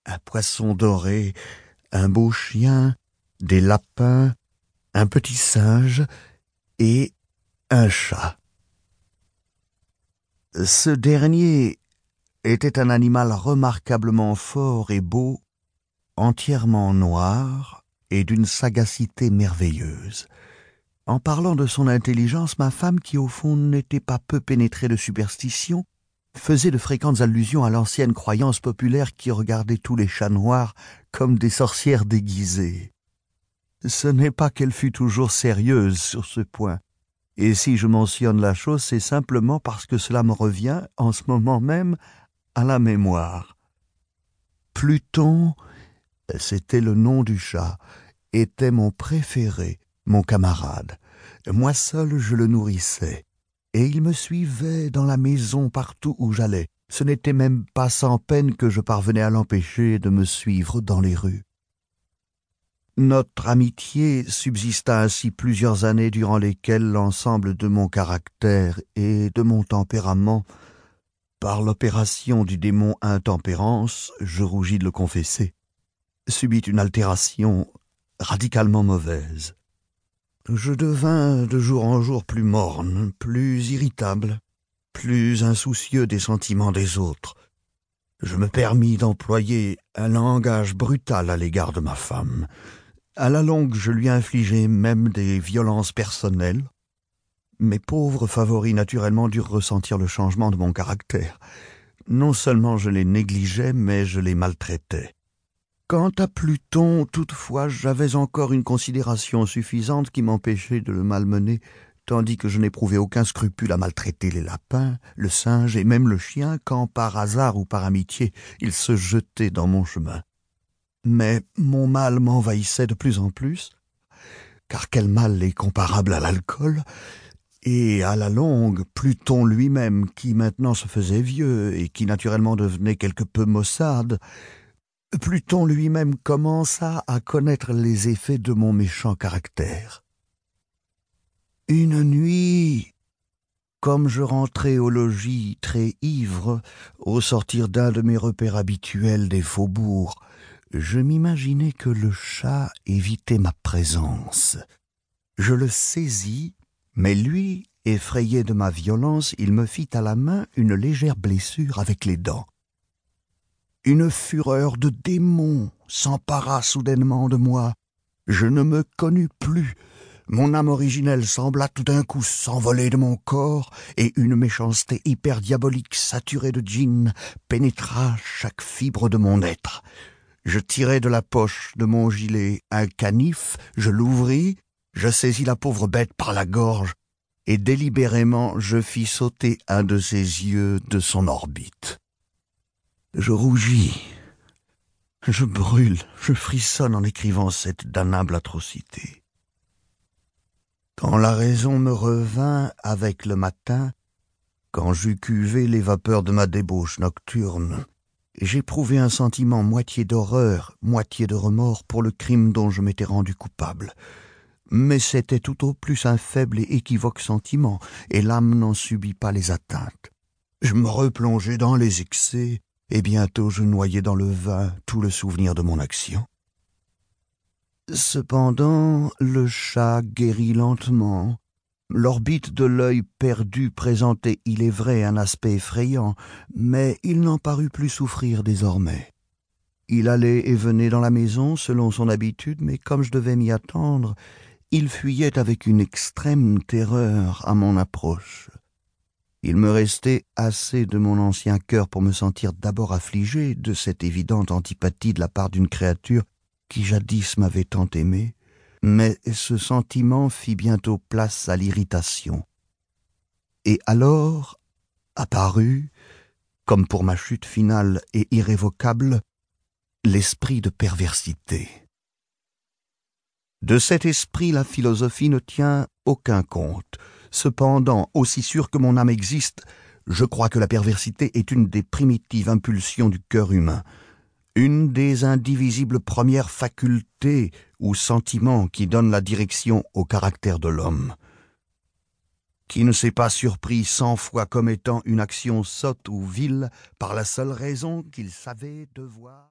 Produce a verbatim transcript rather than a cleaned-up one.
un poisson doré, un beau chien, des lapins, un petit singe et un chat. Ce dernier était un animal remarquablement fort et beau, entièrement noir et d'une sagacité merveilleuse. En parlant de son intelligence, ma femme, qui au fond n'était pas peu pénétrée de superstition, faisait de fréquentes allusions à l'ancienne croyance populaire qui regardait tous les chats noirs comme des sorcières déguisées. Ce n'est pas qu'elle fût toujours sérieuse sur ce point, et si je mentionne la chose, c'est simplement parce que cela me revient, en ce moment même, à la mémoire. Pluton, c'était le nom du chat, était mon préféré, mon camarade. Moi seul je le nourrissais, et il me suivait dans la maison partout où j'allais. Ce n'était même pas sans peine que je parvenais à l'empêcher de me suivre dans les rues. Notre amitié subsista ainsi plusieurs années durant lesquelles l'ensemble de mon caractère et de mon tempérament, par l'opération du démon intempérance, je rougis de le confesser, subit une altération radicalement mauvaise. Je devins de jour en jour plus morne, plus irritable, plus insoucieux des sentiments des autres. Je me permis d'employer un langage brutal à l'égard de ma femme. À la longue, je lui infligeai même des violences personnelles. Mes pauvres favoris naturellement durent ressentir le changement de mon caractère. Non seulement je les négligeais, mais je les maltraitais. Quant à Pluton, toutefois, j'avais encore une considération suffisante qui m'empêchait de le malmener, tandis que je n'éprouvais aucun scrupule à maltraiter les lapins, le singe et même le chien, quand par hasard ou par amitié, ils se jetaient dans mon chemin. Mais mon mal m'envahissait de plus en plus, car quel mal est comparable à l'alcool, et à la longue, Pluton lui-même, qui maintenant se faisait vieux et qui naturellement devenait quelque peu maussade, Pluton lui-même commença à connaître les effets de mon méchant caractère. Une nuit, comme je rentrais au logis très ivre, au sortir d'un de mes repères habituels des faubourgs, je m'imaginai que le chat évitait ma présence. Je le saisis, mais lui, effrayé de ma violence, il me fit à la main une légère blessure avec les dents. Une fureur de démon s'empara soudainement de moi. Je ne me connus plus. Mon âme originelle sembla tout d'un coup s'envoler de mon corps, et une méchanceté hyper diabolique saturée de djinn pénétra chaque fibre de mon être. Je tirai de la poche de mon gilet un canif, je l'ouvris, je saisis la pauvre bête par la gorge, et délibérément je fis sauter un de ses yeux de son orbite. Je rougis, je brûle, je frissonne en écrivant cette damnable atrocité. Quand la raison me revint avec le matin, quand j'eus cuvé les vapeurs de ma débauche nocturne, j'éprouvai un sentiment moitié d'horreur, moitié de remords pour le crime dont je m'étais rendu coupable. Mais c'était tout au plus un faible et équivoque sentiment, et l'âme n'en subit pas les atteintes. Je me replongeai dans les excès, et bientôt je noyai dans le vin tout le souvenir de mon action. Cependant, le chat guérit lentement. L'orbite de l'œil perdu présentait, il est vrai, un aspect effrayant, mais il n'en parut plus souffrir désormais. Il allait et venait dans la maison selon son habitude, mais comme je devais m'y attendre, il fuyait avec une extrême terreur à mon approche. Il me restait assez de mon ancien cœur pour me sentir d'abord affligé de cette évidente antipathie de la part d'une créature qui jadis m'avait tant aimé, mais ce sentiment fit bientôt place à l'irritation. Et alors apparut, comme pour ma chute finale et irrévocable, l'esprit de perversité. De cet esprit, la philosophie ne tient aucun compte. Cependant, aussi sûr que mon âme existe, je crois que la perversité est une des primitives impulsions du cœur humain, une des indivisibles premières facultés ou sentiments qui donnent la direction au caractère de l'homme. Qui ne s'est pas surpris cent fois commettant une action sotte ou vile par la seule raison qu'il savait devoir